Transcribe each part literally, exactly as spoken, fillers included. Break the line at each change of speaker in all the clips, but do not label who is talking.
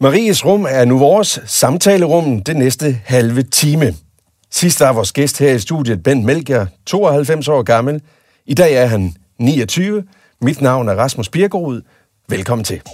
Maries rum er nu vores samtalerum det næste halve time. Sidst er vores gæst her i studiet, Bent Melchior, tooghalvfems år gammel. I dag er han niogtyve. Mit navn er Rasmus Birkerud. Velkommen til.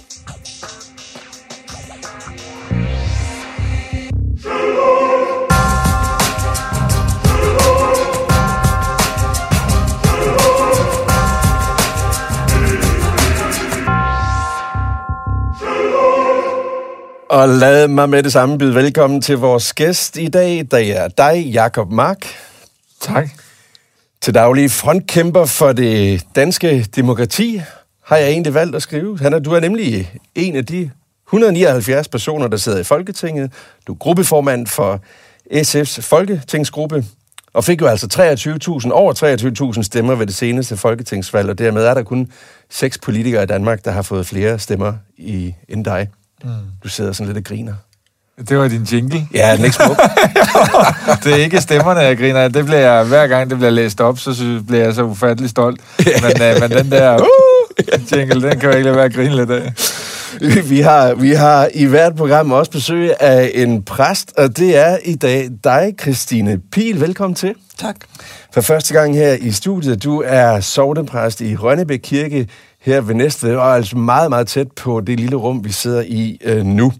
Og lad mig med det samme byde velkommen til vores gæst i dag. Det er dig, Jacob Mark.
Tak.
Til daglig frontkæmper for det danske demokrati, har jeg egentlig valgt at skrive. Han er, du er nemlig en af de et hundrede og nioghalvfjerds personer, der sidder i Folketinget. Du er gruppeformand for S F's folketingsgruppe, og fik jo altså treogtyve tusind, over treogtyve tusind stemmer ved det seneste folketingsvalg, og dermed er der kun seks politikere i Danmark, der har fået flere stemmer i, end dig. Mm. Du sidder sådan lidt og griner.
Det var din jingle.
Ja, den er ikke smuk.
Det er ikke stemmerne, jeg griner. Det bliver jeg, hver gang det bliver læst op, så synes, bliver jeg så ufattelig stolt. Men, øh, men den der uh, jingle, den kan jeg ikke lade være at grine lidt af.
Vi har, vi har i hvert program også besøg af en præst, og det er i dag dig, Christine Pihl. Velkommen til.
Tak.
For første gang her i studiet. Du er sognepræst i Rønnebæk Kirke her ved Næstved, og altså meget, meget tæt på det lille rum, vi sidder i øh, nu.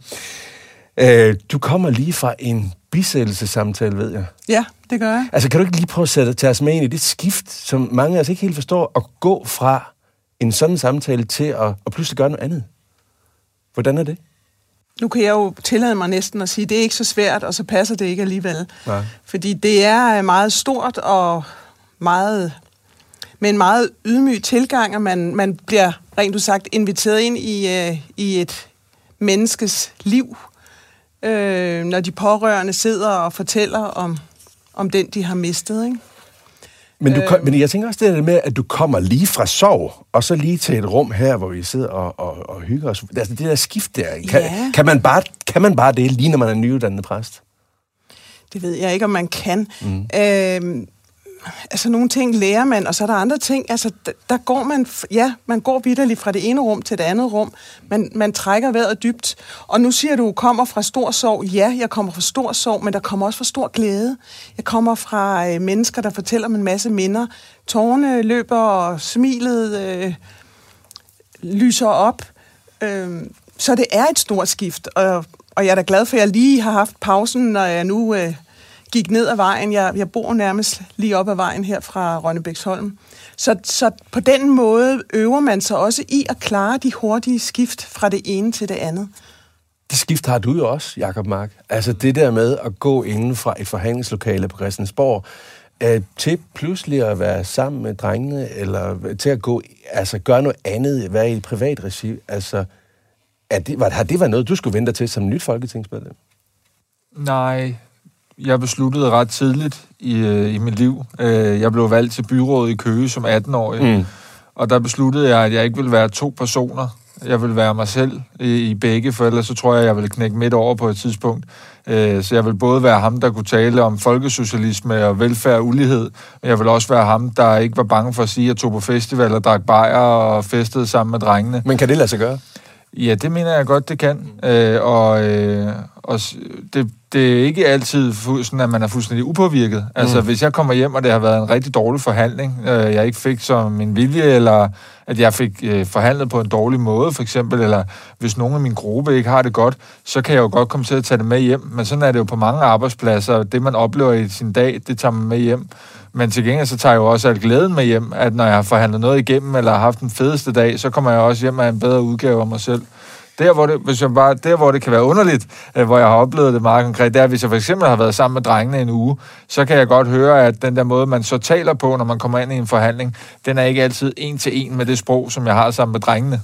Øh, du kommer lige fra en bisættelsessamtale, ved jeg.
Ja, det gør jeg.
Altså, kan du ikke lige prøve at sætte, tage os med ind i det skift, som mange af os ikke helt forstår, at gå fra en sådan samtale til at, at pludselig gøre noget andet? Hvordan er det?
Nu kan jeg jo tillade mig næsten at sige, at det er ikke så svært, og så passer det ikke alligevel.
Nej.
Fordi det er meget stort og meget, med en meget ydmyg tilgang, og man, man bliver rent udsagt inviteret ind i, uh, i et menneskes liv, øh, når de pårørende sidder og fortæller om, om den, de har mistet, ikke?
Men, du, øh, men jeg tænker også det der med, at du kommer lige fra sorg, og så lige til et rum her, hvor vi sidder og, og, og hygger os. Altså det der skift der, kan,
ja. kan,
man bare, kan man bare det, lige når man er nyuddannet præst?
Det ved jeg ikke, om man kan. Mm. Øh, altså nogle ting lærer man, og så er der andre ting, altså der, der går man, ja, man går vitterligt fra det ene rum til det andet rum, man, man trækker vejret dybt, og nu siger du, kommer fra stor sorg. Ja, jeg kommer fra stor sorg, men der kommer også fra stor glæde. Jeg kommer fra øh, mennesker, der fortæller mig en masse minder. Tårerne løber, og smilet øh, lyser op. Øh, så det er et stort skift, og, og jeg er da glad for, at jeg lige har haft pausen, når jeg nu øh, gik ned ad vejen. Jeg, jeg bor nærmest lige op ad vejen her fra Rønnebæksholm. Så, så på den måde øver man sig også i at klare de hurtige skift fra det ene til det andet.
Det skift har du jo også, Jacob Mark. Altså det der med at gå inden fra et forhandlingslokale på Christiansborg, øh, til pludselig at være sammen med drengene, eller til at gå, altså gøre noget andet, være i et privat regi. Altså, er det, var, har det været noget, du skulle vente til som nyt folketingsmedlem?
Nej, jeg besluttede ret tidligt i, øh, i mit liv. Jeg blev valgt til byrådet i Køge som atten-årig, mm. og der besluttede jeg, at jeg ikke ville være to personer. Jeg ville være mig selv i, i begge, for ellers så tror jeg, jeg ville knække midt over på et tidspunkt. Så jeg ville både være ham, der kunne tale om folkesocialisme og velfærd og ulighed, men jeg ville også være ham, der ikke var bange for at sige, at jeg tog på festival og drak bajer og festede sammen med drengene.
Men kan det lade sig gøre?
Ja, det mener jeg godt, det kan. Øh, og øh, og det, det er ikke altid sådan, at man er fuldstændig upåvirket. Altså, mm. hvis jeg kommer hjem, og det har været en rigtig dårlig forhandling, øh, jeg ikke fik som min vilje, eller at jeg fik øh, forhandlet på en dårlig måde, for eksempel, eller hvis nogen af min gruppe ikke har det godt, så kan jeg jo godt komme til at tage det med hjem. Men sådan er det jo på mange arbejdspladser. Det, man oplever i sin dag, det tager man med hjem. Men til gengæld så tager jeg jo også alt glæden med hjem, at når jeg har forhandlet noget igennem, eller har haft den fedeste dag, så kommer jeg også hjem med en bedre udgave af mig selv. Der hvor, det, hvis jeg bare, der, hvor det kan være underligt, hvor jeg har oplevet det meget konkret, det er, hvis jeg for eksempel har været sammen med drengene en uge, så kan jeg godt høre, at den der måde, man så taler på, når man kommer ind i en forhandling, den er ikke altid en til en med det sprog, som jeg har sammen med drengene.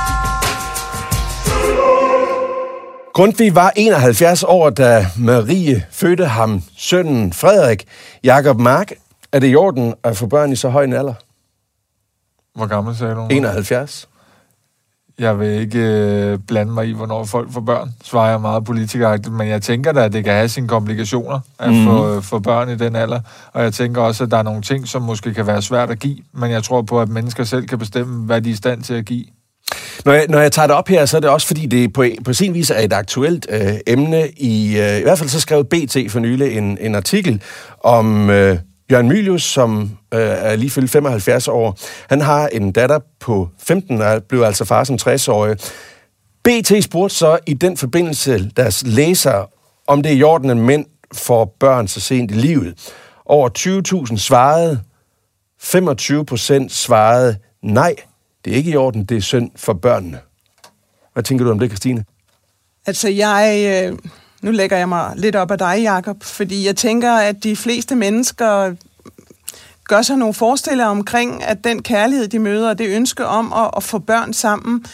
Grundtvig var enoghalvfjerds år, da Marie fødte ham sønnen Frederik. Jacob Mark, er det i orden at få børn i så høj en alder?
Hvor gammel sagde du?
enoghalvfjerds.
Jeg vil ikke øh, blande mig i, hvornår folk får børn, svarer jeg meget politikeragtigt, men jeg tænker da, at det kan have sine komplikationer at mm. få, få børn i den alder, og jeg tænker også, at der er nogle ting, som måske kan være svært at give, men jeg tror på, at mennesker selv kan bestemme, hvad de er i stand til at give.
Når jeg, når jeg tager det op her, så er det også, fordi det på, på sin vis er et aktuelt øh, emne. I, øh, I hvert fald så skrev B T for nylig en, en artikel om øh, Jørgen Mylius, som øh, er lige fyldt femoghalvfjerds år. Han har en datter på femten, og blev altså far som tres-årig. B T spurgte så i den forbindelse deres læsere, om det er i orden, at mænd får børn så sent i livet. Over tyve tusind svarede, femogtyve procent svarede nej. Det er ikke i orden, det er synd for børnene. Hvad tænker du om det, Christine?
Altså, jeg... Nu lægger jeg mig lidt op ad dig, Jacob, fordi jeg tænker, at de fleste mennesker gør sig nogle forestillinger omkring, at den kærlighed, de møder, og det ønske om at, at få børn sammen,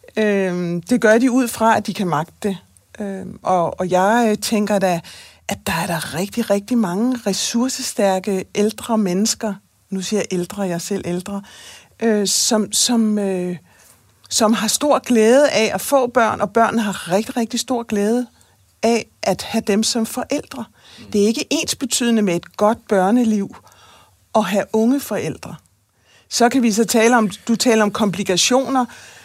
øh, det gør de ud fra, at de kan magte det. Øh, og, og jeg tænker da, at der er der rigtig, rigtig mange ressourcestærke ældre mennesker, nu siger jeg ældre, jeg er selv ældre, øh, som, som, øh, som har stor glæde af at få børn, og børnene har rigtig, rigtig stor glæde af at have dem som forældre. Det er ikke ensbetydende med et godt børneliv at have unge forældre. Så kan vi så tale om, du taler om komplikationer,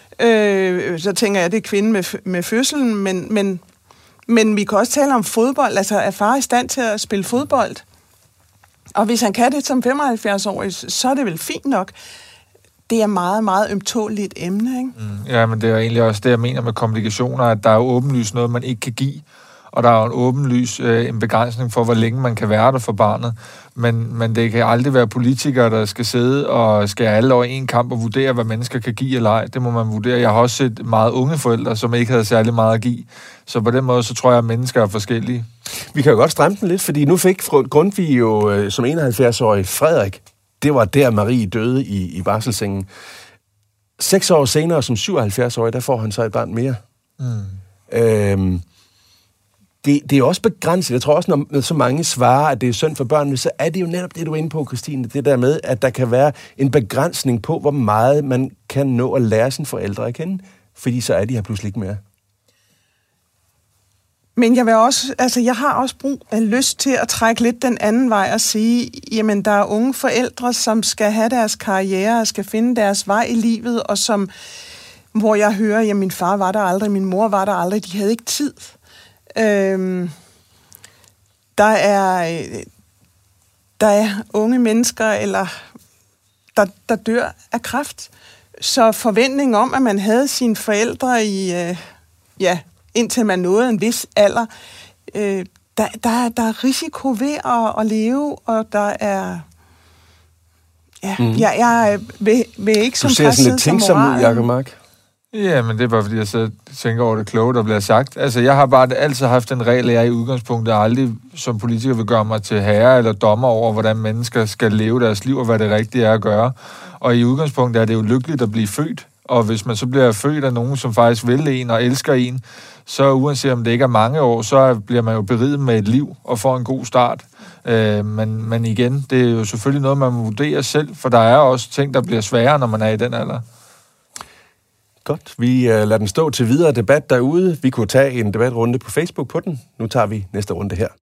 øh, så tænker jeg, det er kvinden med, med fødselen, men, men, men vi kan også tale om fodbold, altså er far i stand til at spille fodbold? Og hvis han kan det som femoghalvfjerds-årig, så er det vel fint nok. Det er meget, meget ømtåligt emne, ikke?
Mm, ja, men det er egentlig også det, jeg mener med komplikationer, at der er jo åbenlyst noget, man ikke kan give, og der er jo en åbenlys øh, en begrænsning for, hvor længe man kan være der for barnet. Men, men det kan aldrig være politikere, der skal sidde og skære alle over en kamp og vurdere, hvad mennesker kan give eller ej. Det må man vurdere. Jeg har også set meget unge forældre, som ikke havde særlig meget at give. Så på den måde, så tror jeg, at mennesker er forskellige.
Vi kan jo godt stramme den lidt, fordi nu fik Grundtvig jo øh, som enoghalvfjerds-årig Frederik. Det var der, Marie døde i, i barselssengen. Seks år senere, som syvoghalvfjerds-årig, der får han så et barn mere. Mm. Øhm, det, det er også begrænset. Jeg tror også, når så mange svarer, at det er synd for børnene, så er det jo netop det, du er inde på, Christine. Det der med, at der kan være en begrænsning på, hvor meget man kan nå at lære sine forældre at kende. Fordi så er de her pludselig ikke mere.
Men jeg vil også, altså jeg har også brug af lyst til at trække lidt den anden vej og sige, jamen der er unge forældre, som skal have deres karriere og skal finde deres vej i livet, og som, hvor jeg hører, jamen min far var der aldrig, min mor var der aldrig, de havde ikke tid. Øhm, der er der er unge mennesker, eller der, der dør af kræft. Så forventningen om, at man havde sine forældre i, øh, ja, indtil man nåede en vis alder, øh, der, der, der er risiko ved at, at leve, og der er... Ja, mm. jeg, jeg vil, vil ikke som
præst Du ser sådan lidt tænksom ud, Jacob Mark.
Ja, men det er bare fordi, jeg så tænker over det kloge, der bliver sagt. Altså, jeg har bare altid haft en regel, at jeg i udgangspunktet aldrig som politiker vil gøre mig til herre eller dommer over, hvordan mennesker skal leve deres liv, og hvad det rigtige er at gøre. Og i udgangspunktet er det jo lykkeligt at blive født. Og hvis man så bliver født af nogen, som faktisk vil en og elsker en, så uanset om det ikke er mange år, så bliver man jo beriget med et liv og får en god start. Øh, men, men igen, det er jo selvfølgelig noget, man må vurdere selv, for der er også ting, der bliver sværere, når man er i den alder.
Godt. Vi uh, lader den stå til videre debat derude. Vi kunne tage en debatrunde på Facebook på den. Nu tager vi næste runde her.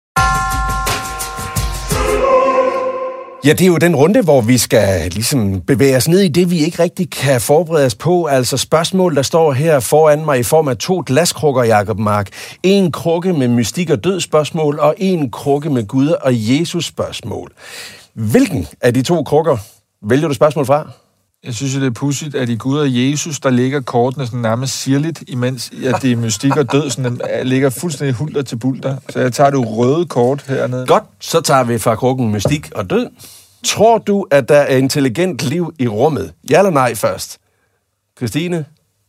Ja, det er jo den runde, hvor vi skal ligesom bevæge os ned i det, vi ikke rigtig kan forberede os på. Altså spørgsmål, der står her foran mig i form af to glaskrukker, Jacob Mark. En krukke med mystik og død spørgsmål, og en krukke med Gud og Jesus spørgsmål. Hvilken af de to krukker vælger du spørgsmål fra?
Jeg synes, det er pudsigt, at i Gud og Jesus, der ligger kortene sådan nærmest sirligt, imens at det er mystik og død, sådan ligger fuldstændig hulter til bulter. Så jeg tager det røde kort hernede.
Godt, så tager vi fra krukken mystik og død. Tror du, at der er intelligent liv i rummet? Ja eller nej først? Christine?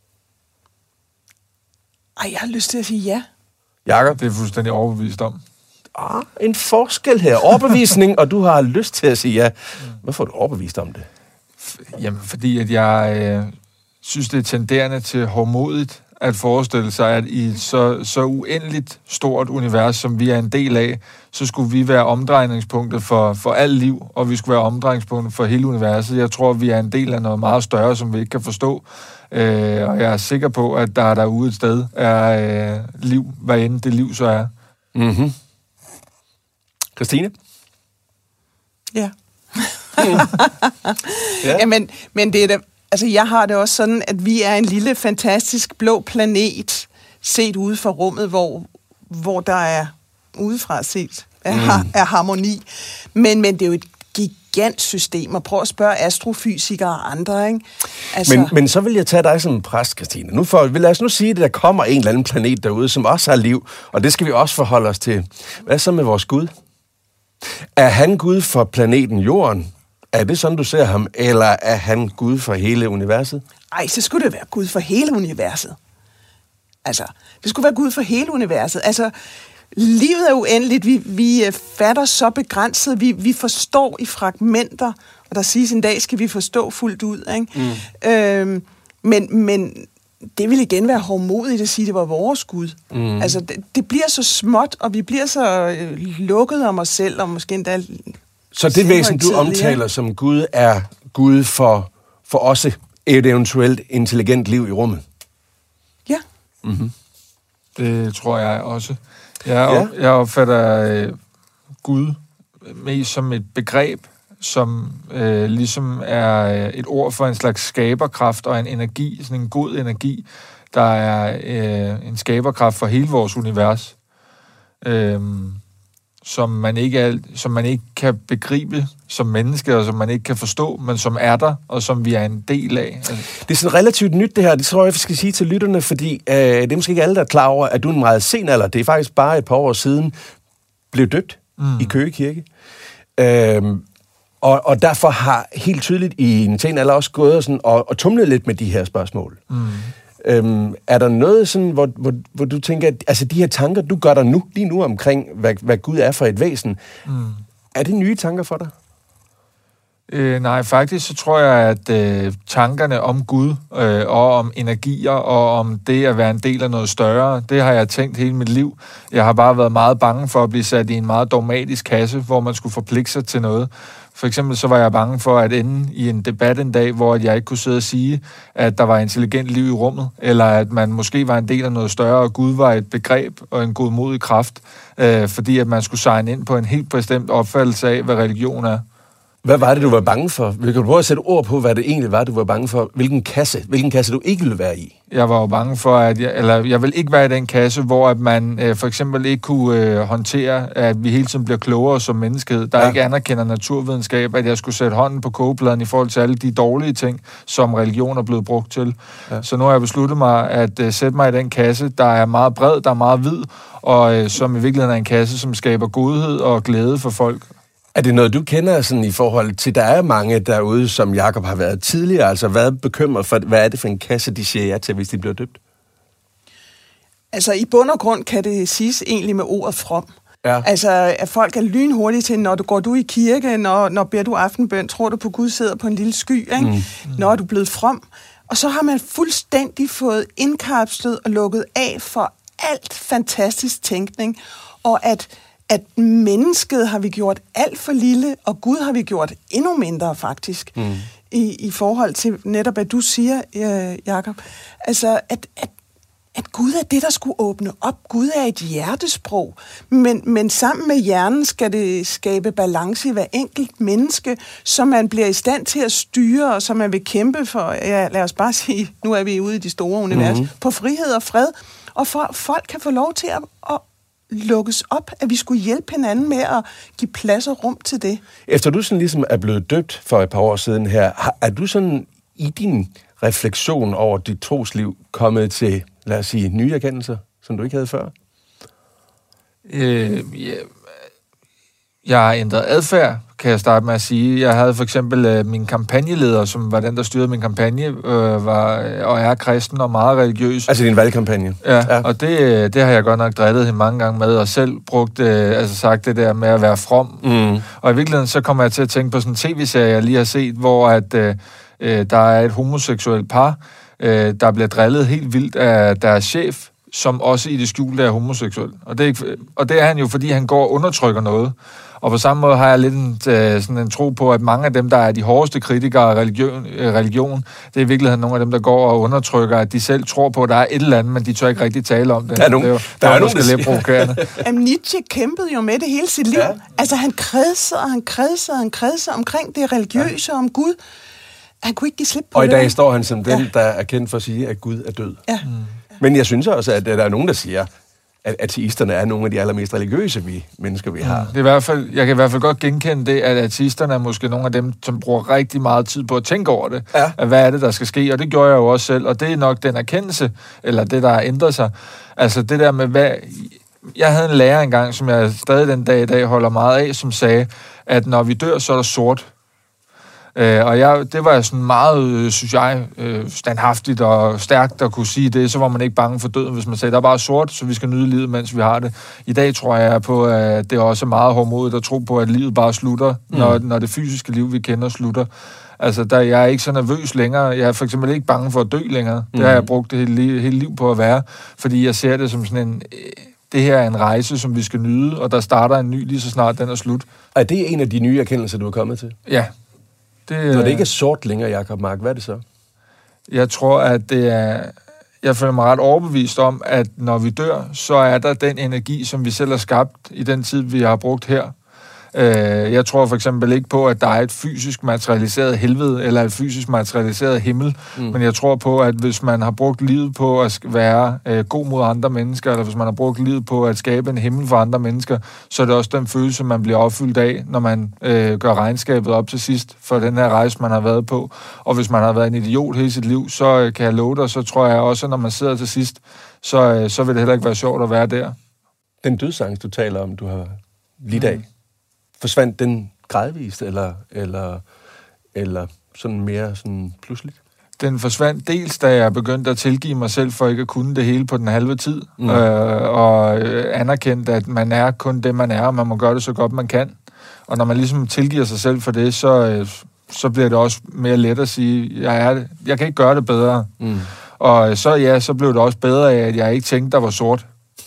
Ej, jeg har lyst til at sige ja.
Jakob?
Det er fuldstændig overbevist om.
Ah, en forskel her. Overbevisning, og du har lyst til at sige ja. Hvorfor er du overbevist om det?
Jamen, fordi at jeg øh, synes, det er tenderende til hårdmodigt at forestille sig, at i et så, så uendeligt stort univers, som vi er en del af, så skulle vi være omdrejningspunktet for, for alt liv, og vi skulle være omdrejningspunktet for hele universet. Jeg tror, vi er en del af noget meget større, som vi ikke kan forstå. Øh, og jeg er sikker på, at der derude et sted er øh, liv, hvad end det liv så er.
Mhm. Christine?
Ja. ja. ja men, men det er da altså jeg har det også sådan, at vi er en lille, fantastisk blå planet, set ude fra rummet, hvor, hvor der er udefra set er, mm. er harmoni. Men, men det er jo et gigantsystem, og prøv at spørge astrofysikere og andre, ikke?
Altså... Men, men så vil jeg tage dig som en præst, Christine. Nu for, lad os nu sige, at der kommer en eller anden planet derude, som også har liv, og det skal vi også forholde os til. Hvad så med vores Gud? Er han Gud for planeten Jorden? Er det sådan, du ser ham? Eller er han Gud for hele universet?
Ej, så skulle det være Gud for hele universet. Altså, det skulle være Gud for hele universet. Altså, livet er uendeligt. Vi, vi fatter så begrænset. Vi, vi forstår i fragmenter, og der siges en dag, skal vi forstå fuldt ud. Ikke? Mm. Øhm, men, men det vil igen være hårdmodigt at sige, at det var vores Gud. Mm. Altså, det, det bliver så småt, og vi bliver så øh, lukket om os selv, og måske endda...
Så det væsen, du omtaler som Gud, er Gud for, for også et eventuelt intelligent liv i rummet?
Ja.
Mm-hmm. Det tror jeg også. Jeg, op, ja. jeg opfatter øh, Gud mest som et begreb, som øh, ligesom er et ord for en slags skaberkraft og en energi, sådan en god energi, der er øh, en skaberkraft for hele vores univers, øh, som man ikke er, som man ikke kan begribe som menneske, og som man ikke kan forstå, men som er der, og som vi er en del af.
Det er sådan relativt nyt, det her. Det tror jeg, vi skal sige til lytterne, fordi øh, det er måske ikke alle, der er klar over, at du er en meget sen alder. Det er faktisk bare et par år siden, blev døbt mm. i Køge Kirke. Øh, og, og derfor har helt tydeligt i en sen alder også gået og, sådan, og, og tumlet lidt med de her spørgsmål. Mm. Øhm, er der noget sådan, hvor, hvor, hvor du tænker, at altså de her tanker, du gør dig nu, lige nu omkring, hvad, hvad Gud er for et væsen, mm. er det nye tanker for dig?
Øh, nej, faktisk så tror jeg, at øh, tankerne om Gud øh, og om energier og om det at være en del af noget større, det har jeg tænkt hele mit liv. Jeg har bare været meget bange for at blive sat i en meget dogmatisk kasse, hvor man skulle forpligte sig til noget. For eksempel så var jeg bange for at ende i en debat en dag, hvor jeg ikke kunne sidde og sige, at der var intelligent liv i rummet, eller at man måske var en del af noget større, og Gud var et begreb og en godmodig kraft, øh, fordi at man skulle signe ind på en helt bestemt opfattelse af, hvad religion er.
Hvad var det, du var bange for? Vil du prøve at sætte ord på, hvad det egentlig var, du var bange for? Hvilken kasse? Hvilken kasse du ikke ville være i?
Jeg var jo bange for, at jeg, eller jeg vil ikke være i den kasse, hvor at man øh, for eksempel ikke kunne øh, håndtere, at vi hele tiden bliver klogere som menneskehed, der ja. ikke anerkender naturvidenskab, at jeg skulle sætte hånden på kogepladen i forhold til alle de dårlige ting, som religion er blevet brugt til. Ja. Så nu har jeg besluttet mig at øh, sætte mig i den kasse, der er meget bred, der er meget hvid, og øh, som i virkeligheden er en kasse, som skaber godhed og glæde for folk.
Er det noget, du kender sådan i forhold til, der er mange derude, som Jakob har været tidligere, altså været bekymret for, hvad er det for en kasse, de siger ja til, hvis de bliver døbt?
Altså i bund og grund kan det siges egentlig med ordet from.
Ja.
Altså at folk er lynhurtige til, når du går du i kirke, når, når beder du aftenbøn, tror du på Gud sidder på en lille sky, ikke? Mm. Mm. Når er du blevet from. Og så har man fuldstændig fået indkapslet og lukket af for alt fantastisk tænkning, og at at mennesket har vi gjort alt for lille, og Gud har vi gjort endnu mindre, faktisk, mm. i, i forhold til netop, at du siger, øh, Jakob, altså, at, at, at Gud er det, der skulle åbne op. Gud er et hjertesprog, men, men sammen med hjernen skal det skabe balance i hver enkelt menneske, så man bliver i stand til at styre, og så man vil kæmpe for, ja, lad os bare sige, nu er vi ude i de store univers, mm. på frihed og fred, og for folk kan få lov til at, at lukkes op, at vi skulle hjælpe hinanden med at give plads og rum til det.
Efter du sådan ligesom er blevet døbt for et par år siden her, er du sådan i din refleksion over dit trosliv kommet til, lad os sige, nye erkendelser, som du ikke havde før?
Øh, ja. Jeg har ændret adfærd, kan jeg starte med at sige. Jeg havde for eksempel øh, min kampagneleder, som var den, der styrede min kampagne, øh, var og er kristen og meget religiøs.
Altså din valgkampagne?
Ja, ja. Og det, det har jeg godt nok drillet hende mange gange med, og selv brugt, øh, altså sagt det der med at være from. Mm. Og i virkeligheden så kommer jeg til at tænke på sådan en tv-serie, jeg lige har set, hvor at, øh, der er et homoseksuelt par, øh, der bliver drillet helt vildt af deres chef, som også i det skjulte er homoseksuel. Og det er, ikke, og det er han jo, fordi han går og undertrykker noget. Og på samme måde har jeg lidt en, sådan en tro på, at mange af dem, der er de hårdeste kritikere af religion, religion, det er i virkeligheden nogle af dem, der går og undertrykker, at de selv tror på, at der er et eller andet, men de tør ikke rigtig tale om det.
Der er nogen,
det er jo,
der
der
er
er
nogen,
måske lidt provokerende.
Jamen, Nietzsche kæmpede jo med det hele sit liv. Ja. Altså, han kredsede, og han kredsede, og han kredsede omkring det religiøse, ja. om Gud. Han kunne ikke give slip på
Og
det.
i dag står han som den,
Ja.
der er kendt for at sige, at Gud er død.
Ja.
Mm.
Men jeg synes også, at der er nogen, der siger, at ateisterne er nogle af de allermest religiøse vi, mennesker, vi har.
Det er i hvert fald, jeg kan i hvert fald godt genkende det, at ateisterne er måske nogle af dem, som bruger rigtig meget tid på at tænke over det.
Ja.
At hvad er det, der skal ske? Og det gjorde jeg jo også selv. Og det er nok den erkendelse, eller det, der har ændret sig. Altså det der med, hvad... Jeg havde en lærer engang, som jeg stadig den dag i dag holder meget af, som sagde, at når vi dør, så er der sort. Øh, og jeg, det var sådan meget, øh, synes jeg, øh, standhaftigt og stærkt at kunne sige det. Så var man ikke bange for døden, hvis man sagde, der er bare sort, så vi skal nyde livet, mens vi har det. I dag tror jeg på, at det er også meget hårdmodigt at tro på, at livet bare slutter, mm. når, når det fysiske liv, vi kender, slutter. Altså, der, jeg er ikke så nervøs længere. Jeg er for eksempel ikke bange for at dø længere. Mm. Det har jeg brugt det hele, hele liv på at være, fordi jeg ser det som sådan en... Det her er en rejse, som vi skal nyde, og der starter en ny lige så snart den er slut.
Er det en af de nye erkendelser, du er kommet til?
Ja. Det,
Når det ikke er sort længere, Jacob Mark, hvad er det så?
Jeg tror, at det er... Jeg føler mig ret overbevist om, at når vi dør, så er der den energi, som vi selv har skabt i den tid, vi har brugt her. Jeg tror for eksempel ikke på, at der er et fysisk materialiseret helvede, eller et fysisk materialiseret himmel, mm. men jeg tror på, at hvis man har brugt livet på at være øh, god mod andre mennesker, eller hvis man har brugt livet på at skabe en himmel for andre mennesker, så er det også den følelse, man bliver opfyldt af, når man øh, gør regnskabet op til sidst for den her rejse, man har været på. Og hvis man har været en idiot hele sit liv, så øh, kan jeg love dig, så tror jeg også, når man sidder til sidst, så, øh, så vil det heller ikke være sjovt at være der.
Den dødsangst, du taler om, du har lidt af, mm. forsvandt den gradvist, eller, eller, eller sådan mere sådan pludseligt?
Den forsvandt dels, da jeg begyndte at tilgive mig selv for ikke at kunne det hele på den halve tid, mm. øh, og anerkendte, at man er kun det, man er, og man må gøre det så godt, man kan. Og når man ligesom tilgiver sig selv for det, så, øh, så bliver det også mere let at sige, jeg er det. Jeg kan ikke gøre det bedre. Mm. Og så ja, så blev det også bedre af, at jeg ikke tænkte, der var sort.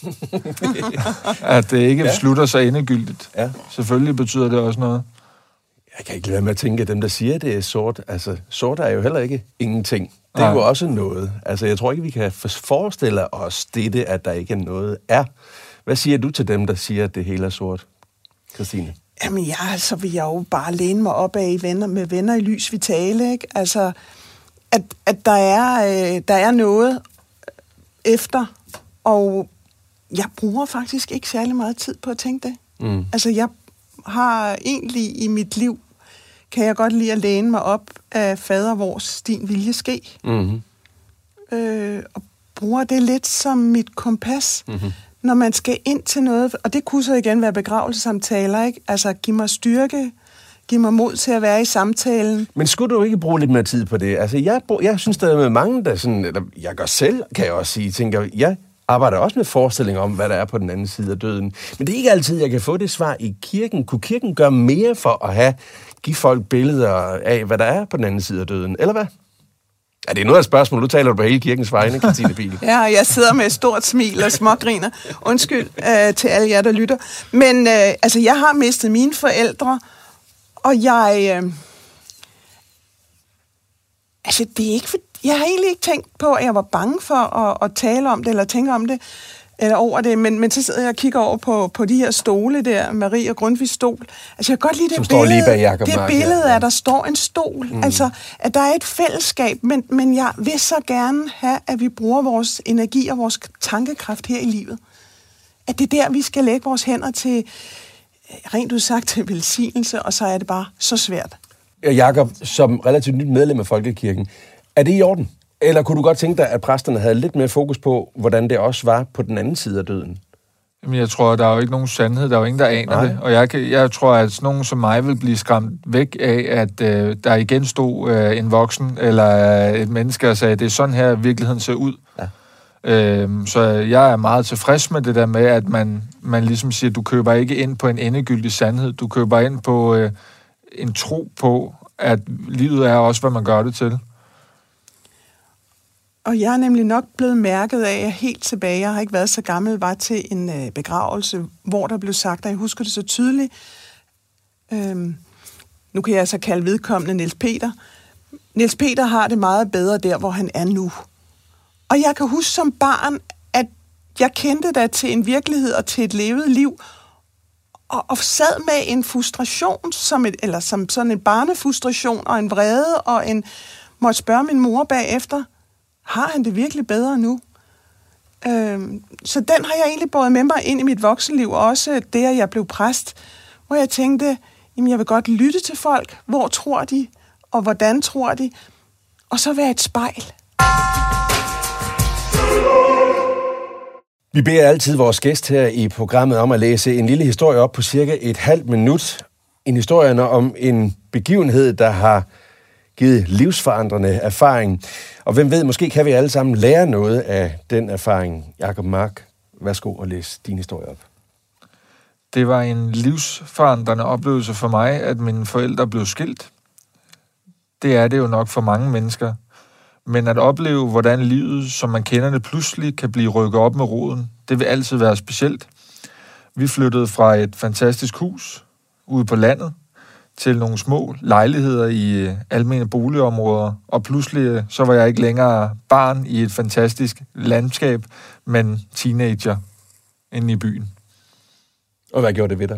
At det ikke ja. slutter så endegyldigt. Ja. Selvfølgelig betyder det også noget.
Jeg kan ikke lade være med at tænke, at dem, der siger, at det er sort, altså sort er jo heller ikke ingenting. Det er Nej. jo også noget. Altså jeg tror ikke, vi kan forestille os det, at der ikke er noget er. Hvad siger du til dem, der siger, at det hele er sort, Christine?
Jamen ja, så vil jeg jo bare læne mig op af venner, med venner i lys vitale, ikke? Altså, at, at der, er, øh, der er noget efter, og jeg bruger faktisk ikke særlig meget tid på at tænke det. Mm. Altså, jeg har egentlig i mit liv, kan jeg godt lide at læne mig op af fader, vores din vilje ske. Mm-hmm. Øh, og bruger det lidt som mit kompas, mm-hmm. når man skal ind til noget. Og det kunne så igen være begravelsesamtaler, ikke? Altså, giv mig styrke, giv mig mod til at være i samtalen.
Men skulle du ikke bruge lidt mere tid på det? Altså, jeg, jeg synes, der er med mange, der sådan, eller jeg gør selv, kan jeg også sige, tænker, jeg arbejder også med forestillinger om, hvad der er på den anden side af døden. Men det er ikke altid, jeg kan få det svar i kirken. Kunne kirken gøre mere for at have, give folk billeder af, hvad der er på den anden side af døden? Eller hvad? Ja, det er noget af spørgsmål. Nu taler du på hele kirkens vegne, Christine Pihl.
Ja, og jeg sidder med et stort smil og smågriner. Undskyld øh, til alle jer, der lytter. Men øh, altså, jeg har mistet mine forældre, og jeg... Øh, altså, det er ikke for, jeg har egentlig ikke tænkt på, at jeg var bange for at, at tale om det, eller tænke om det, eller over det, men, men så sidder jeg og kigger over på, på de her stole der, Marie og Grundtvigs stol. Altså, jeg kan godt lide det
Som
billede,
står lige bag Jacob
det
Mark,
billede
ja.
af, at der står en stol. Mm. Altså, at der er et fællesskab, men, men jeg vil så gerne have, at vi bruger vores energi og vores tankekraft her i livet. At det er der, vi skal lægge vores hænder til, rent udsagt, til velsignelse, og så er det bare så svært.
Jacob, som relativt nyt medlem af Folkekirken, er det i orden? Eller kunne du godt tænke dig, at præsterne havde lidt mere fokus på, hvordan det også var på den anden side af døden?
Jamen, jeg tror, der er jo ikke nogen sandhed. Der er jo ingen, der aner Nej. det. Og jeg, kan, jeg tror, at nogen som mig vil blive skræmt væk af, at øh, der igen stod øh, en voksen eller øh, et menneske og sagde, det er sådan her, virkeligheden ser ud. Ja. Øhm, så jeg er meget tilfreds med det der med, at man, man ligesom siger, du køber ikke ind på en endegyldig sandhed. Du køber ind på øh, en tro på, at livet er også, hvad man gør det til.
Og jeg er nemlig nok blevet mærket af, at jeg helt tilbage, jeg har ikke været så gammel, var til en øh, begravelse, hvor der blev sagt, og jeg husker det så tydeligt, øhm, nu kan jeg så kalde vedkommende Niels Peter. Niels Peter har det meget bedre der, hvor han er nu. Og jeg kan huske som barn, at jeg kendte da til en virkelighed og til et levet liv, og, og sad med en frustration, som et, eller som sådan en barnefrustration, og en vrede, og en måtte spørge min mor bagefter, har han det virkelig bedre nu? Øhm, så den har jeg egentlig båret med mig ind i mit voksenliv, og også det, at jeg blev præst, hvor jeg tænkte, jamen jeg vil godt lytte til folk, hvor tror de, og hvordan tror de, og så være et spejl.
Vi beder altid vores gæst her i programmet om at læse en lille historie op på cirka et halvt minut. En historie om en begivenhed, der har givet livsforandrende erfaring. Og hvem ved, måske kan vi alle sammen lære noget af den erfaring. Jacob Mark, værsgo og læs din historie op.
Det var en livsforandrende oplevelse for mig, at mine forældre blev skilt. Det er det jo nok for mange mennesker. Men at opleve, hvordan livet, som man kender det, pludselig kan blive rykket op med roden, det vil altid være specielt. Vi flyttede fra et fantastisk hus ude på landet til nogle små lejligheder i almene boligområder, og pludselig så var jeg ikke længere barn i et fantastisk landskab, men teenager inde i byen.
Og hvad gjorde det ved dig?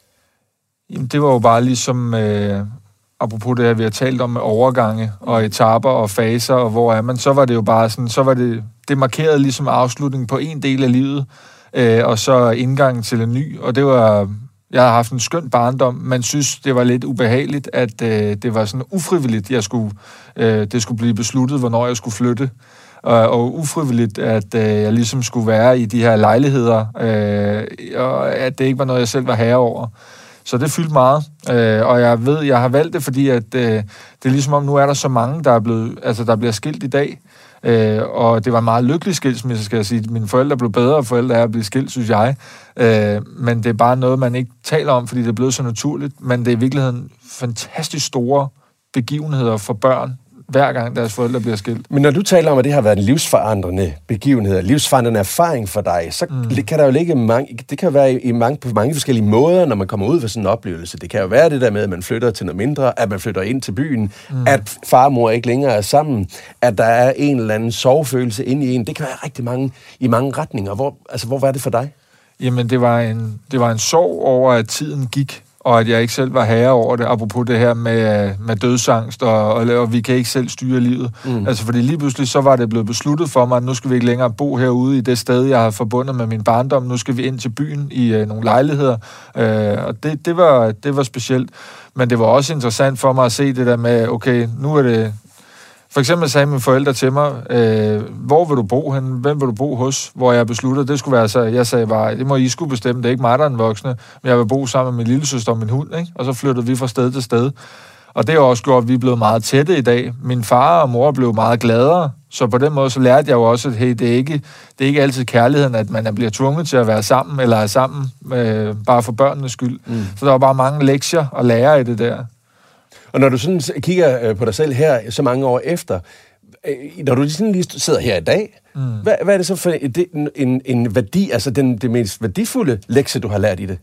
Jamen, det var jo bare ligesom... Øh, apropos det her, vi har talt om med overgange og etaper og faser, og hvor er man, så var det jo bare sådan, så var det, det markerede ligesom afslutningen på en del af livet, øh, og så indgangen til en ny, og det var, jeg har haft en skøn barndom, man synes, det var lidt ubehageligt, at øh, det var sådan ufrivilligt, jeg skulle, øh, det skulle blive besluttet, hvornår jeg skulle flytte, og, og ufrivilligt, at øh, jeg ligesom skulle være i de her lejligheder, øh, og at det ikke var noget, jeg selv var herre over. Så det fyldte meget, øh, og jeg ved, jeg har valgt det, fordi at, øh, det er ligesom om, nu er der så mange, der er blevet, altså der bliver skilt i dag, øh, og det var en meget lykkelig skilsmisse, skal jeg sige. Mine forældre blev bedre forældre af at blive skilt, synes jeg, øh, men det er bare noget, man ikke taler om, fordi det er blevet så naturligt, men det er i virkeligheden fantastisk store begivenheder for børn, hver gang deres forældre bliver skilt.
Men når du taler om, at det har været en livsforandrende begivenhed, livsforandrende erfaring for dig, så mm. kan der jo ligge mange, det kan jo være i mange, på mange forskellige måder, når man kommer ud for sådan en oplevelse. Det kan jo være det der med, at man flytter til noget mindre, at man flytter ind til byen, mm. at far og mor ikke længere er sammen, at der er en eller anden sorgfølelse inde i en. Det kan være rigtig mange, i mange retninger. Hvor, altså, hvor var det for dig?
Jamen, det var en, det var en sorg over, at tiden gik, og at jeg ikke selv var herre over det, apropos det her med, med dødsangst, og, og, og vi kan ikke selv styre livet. Mm. Altså, fordi lige pludselig, så var det blevet besluttet for mig, at nu skal vi ikke længere bo herude i det sted, jeg har forbundet med min barndom. Nu skal vi ind til byen i uh, nogle lejligheder, uh, og det, det, var, det var specielt. Men det var også interessant for mig at se det der med, okay, nu er det... For eksempel sagde mine forældre til mig, øh, hvor vil du bo hen? Hvem vil du bo hos? Hvor jeg besluttede, det skulle være så. Jeg sagde bare, det må I skulle bestemme. Det er ikke mig, der er den voksne. Men jeg vil bo sammen med min lillesøster og min hund, ikke? Og så flyttede vi fra sted til sted. Og det har også gjort, at vi er blevet meget tætte i dag. Min far og mor blev meget gladere. Så på den måde, så lærte jeg jo også, at hey, det, er ikke, det er ikke altid kærligheden, at man bliver tvunget til at være sammen, eller er sammen øh, bare for børnenes skyld. Mm. Så der var bare mange lektier at lære i det der.
Og når du sådan kigger på dig selv her så mange år efter, når du sådan lige sidder her i dag, mm. hvad, hvad er det så for en, en, en værdi, altså den, det mest værdifulde lektie, du har lært i det?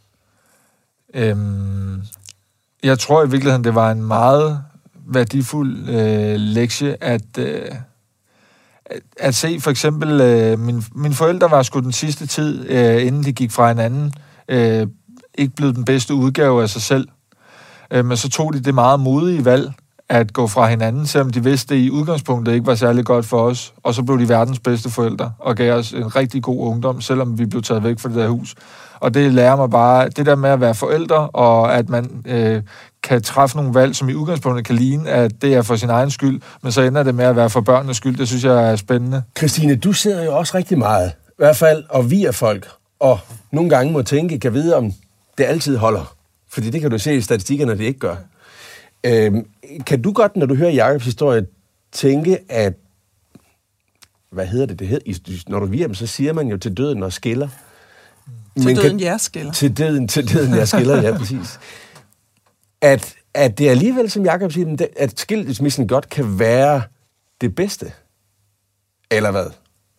Øhm, jeg tror i virkeligheden, det var en meget værdifuld øh, lektie, at, øh, at, at se for eksempel, øh, min, mine forældre var sgu den sidste tid, øh, inden de gik fra hinanden, øh, ikke blevet den bedste udgave af sig selv. Men så tog de det meget modige valg at gå fra hinanden, selvom de vidste, det i udgangspunktet ikke var særlig godt for os. Og så blev de verdens bedste forældre og gav os en rigtig god ungdom, selvom vi blev taget væk fra det der hus. Og det lærer mig bare, det der med at være forældre, og at man øh, kan træffe nogle valg, som i udgangspunktet kan ligne, at det er for sin egen skyld, men så ender det med at være for børnenes skyld. Det synes jeg er spændende.
Christine, du sidder jo også rigtig meget, i hvert fald, og vi er folk, og nogle gange må tænke, kan vide, om det altid holder. Fordi det kan du se i statistikkerne, det ikke gør. Øhm, kan du godt, når du hører Jacobs historie, tænke, at... Hvad hedder det? det hedder, når du virker dem, så siger man jo til døden og skiller.
Til Men døden, jeg skiller.
Til døden, til døden, jeg skiller, ja, præcis. At, at det alligevel, som Jacob siger, at skilsmissen godt kan være det bedste. Eller hvad?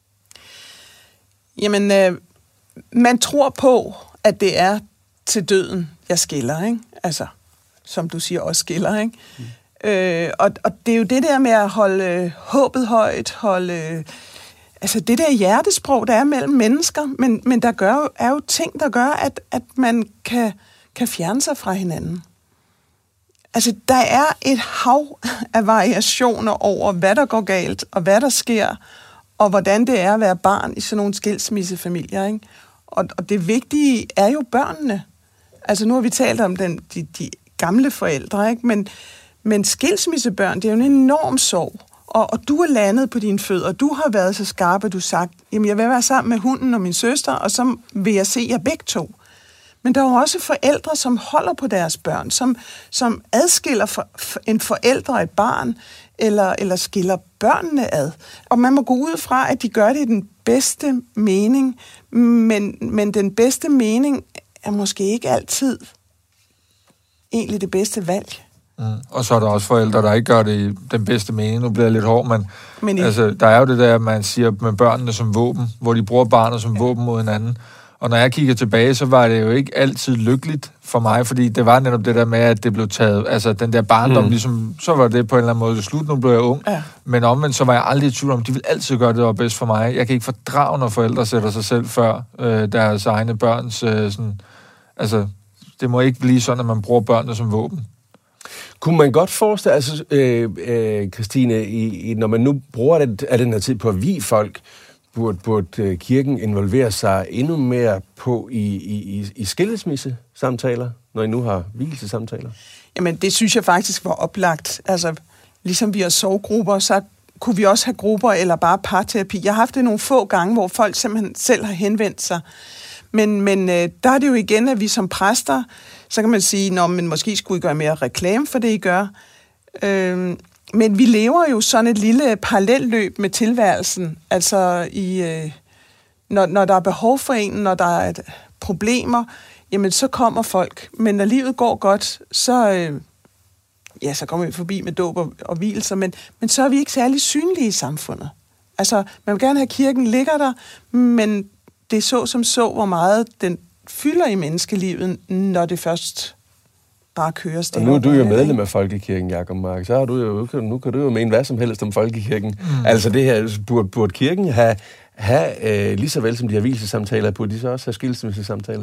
Jamen, øh, man tror på, at det er til døden, jeg skiller, ikke? Altså, som du siger, også skiller, ikke? Mm. Øh, og, og det er jo det der med at holde håbet højt, holde altså det der hjertesprog, der er mellem mennesker, men, men der gør, er jo ting, der gør, at, at man kan, kan fjerne sig fra hinanden. Altså, der er et hav af variationer over, hvad der går galt, og hvad der sker, og hvordan det er at være barn i sådan nogle skilsmissefamilier, ikke? Og, og det vigtige er jo børnene. Altså, nu har vi talt om den, de, de gamle forældre, ikke? Men, men skilsmissebørn, det er jo en enorm sorg. Og, og du er landet på dine fødder. Du har været så skarp, at du har sagt, jamen, jeg vil være sammen med hunden og min søster, og så vil jeg se jer begge to. Men der er jo også forældre, som holder på deres børn, som, som adskiller for, for en forælder og et barn, eller, eller skiller børnene ad. Og man må gå ud fra, at de gør det i den bedste mening, men, men den bedste mening er måske ikke altid egentlig det bedste valg.
Mm. Og så er der også forældre, der ikke gør det i den bedste mening. Nu bliver jeg lidt hård, men, men i... altså, der er jo det der, man siger med børnene som våben, hvor de bruger barnet som ja. våben mod hinanden. Og når jeg kigger tilbage, så var det jo ikke altid lykkeligt for mig, fordi det var netop det der med, at det blev taget, altså den der barndom, mm. ligesom, så var det på en eller anden måde slut, nu blev jeg ung. Ja. Men omvendt, så var jeg aldrig i tvivl om, de ville altid gøre det, der var bedst for mig. Jeg kan ikke fordrage, når forældre sætter sig selv før øh, deres egne børns, øh, sådan, altså, det må ikke blive sådan, at man bruger børnene som våben.
Kunne man godt forestille, altså, øh, øh, Christine, i, i, når man nu bruger det, af den her tid på at vie folk, Burde, burde kirken involvere sig endnu mere på i, i, i skilsmissesamtaler, når I nu har vielsesamtaler?
Jamen, det synes jeg faktisk var oplagt. Altså, ligesom vi har sorggrupper, så kunne vi også have grupper eller bare parterapi. Jeg har haft det nogle få gange, hvor folk simpelthen selv har henvendt sig. Men, men øh, der er det jo igen, at vi som præster, så kan man sige, nå, men måske skulle I gøre mere reklame for det, I gør. Øh, Men vi lever jo sådan et lille parallelløb med tilværelsen. Altså, i, øh, når, når der er behov for en, når der er problemer, jamen så kommer folk. Men når livet går godt, så, øh, ja, så kommer vi forbi med dåb og, og vielser, men, men så er vi ikke særlig synlige i samfundet. Altså, man vil gerne have, kirken ligger der, men det er så som så, hvor meget den fylder i menneskelivet, når det først... bare kører stille.
Og nu er du jo medlem af Folkekirken, Jacob Mark. Så har du jo, nu kan du jo mene hvad som helst om Folkekirken. Mm. Altså det her, burde, burde kirken have, have øh, lige så vel som de har vielsesamtaler, burde de så også have skilsmissesamtaler?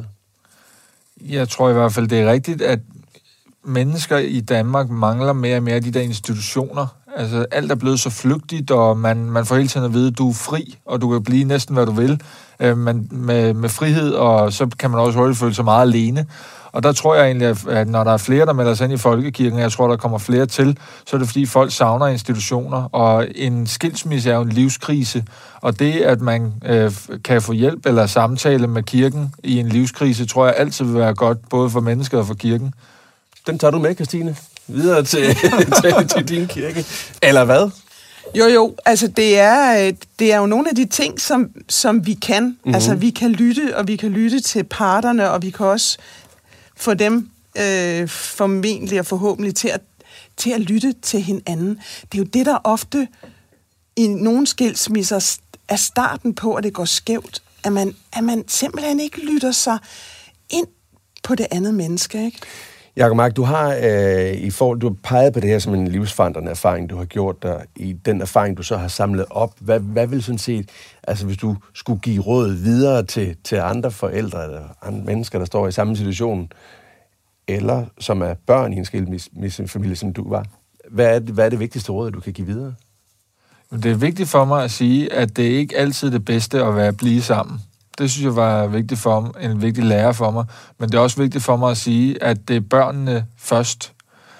Jeg tror i hvert fald, det er rigtigt, at mennesker i Danmark mangler mere og mere de der institutioner. Altså alt er blevet så flygtigt, og man, man får hele tiden at vide, at du er fri, og du kan blive næsten, hvad du vil. Øh, men med, med frihed, og så kan man også hurtigt føle sig meget alene. Og der tror jeg egentlig, at når der er flere, der melder sig ind i Folkekirken, og jeg tror, der kommer flere til, så er det fordi, folk savner institutioner. Og en skilsmisse er jo en livskrise. Og det, at man øh, kan få hjælp eller samtale med kirken i en livskrise, tror jeg altid vil være godt, både for mennesker og for kirken.
Den tager du med, Christine, videre til, til, til din kirke. Eller hvad?
Jo, jo, altså det er, det er jo nogle af de ting, som, som vi kan. Mm-hmm. Altså vi kan lytte, og vi kan lytte til parterne, og vi kan også få dem øh, formentlig og forhåbentlig til at, til at lytte til hinanden. Det er jo det, der ofte i nogle skilsmisser er starten på, at det går skævt. At man, at man simpelthen ikke lytter sig ind på det andet menneske, ikke?
Jacob Mark, du har øh, i forhold, du har peget på det her som en livsforandrende erfaring, du har gjort dig i den erfaring, du så har samlet op. Hvad, hvad vil sådan set, altså hvis du skulle give råd videre til, til andre forældre eller andre mennesker, der står i samme situation, eller som er børn i en skilsmissefamilie, som du var, hvad er, det, hvad er det vigtigste råd, du kan give videre?
Det er vigtigt for mig at sige, at det ikke altid er det bedste at være blive sammen. Det synes jeg var vigtigt for mig, en vigtig lærer for mig. Men det er også vigtigt for mig at sige, at det er børnene først.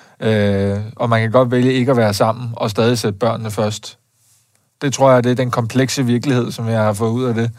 Øh, og man kan godt vælge ikke at være sammen og stadig sætte børnene først. Det tror jeg, det er den komplekse virkelighed, som jeg har fået ud af det.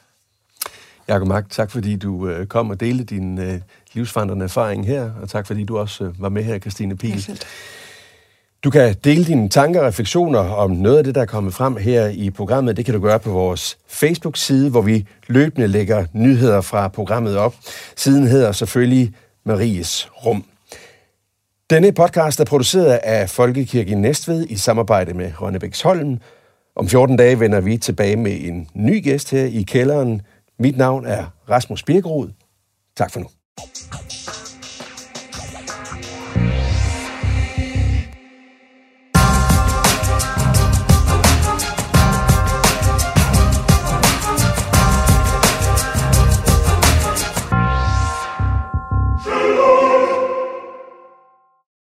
Jacob Mark, tak fordi du øh, kom og delte din øh, livsforandrende erfaring her. Og tak fordi du også øh, var med her, Christine Pihl. Du kan dele dine tanker og refleksioner om noget af det, der er kommet frem her i programmet. Det kan du gøre på vores Facebook-side, hvor vi løbende lægger nyheder fra programmet op. Siden hedder selvfølgelig Maries Rum. Denne podcast er produceret af Folkekirken Næstved i samarbejde med Rønnebæksholm. Om fjorten dage vender vi tilbage med en ny gæst her i kælderen. Mit navn er Rasmus Birkerud. Tak for nu.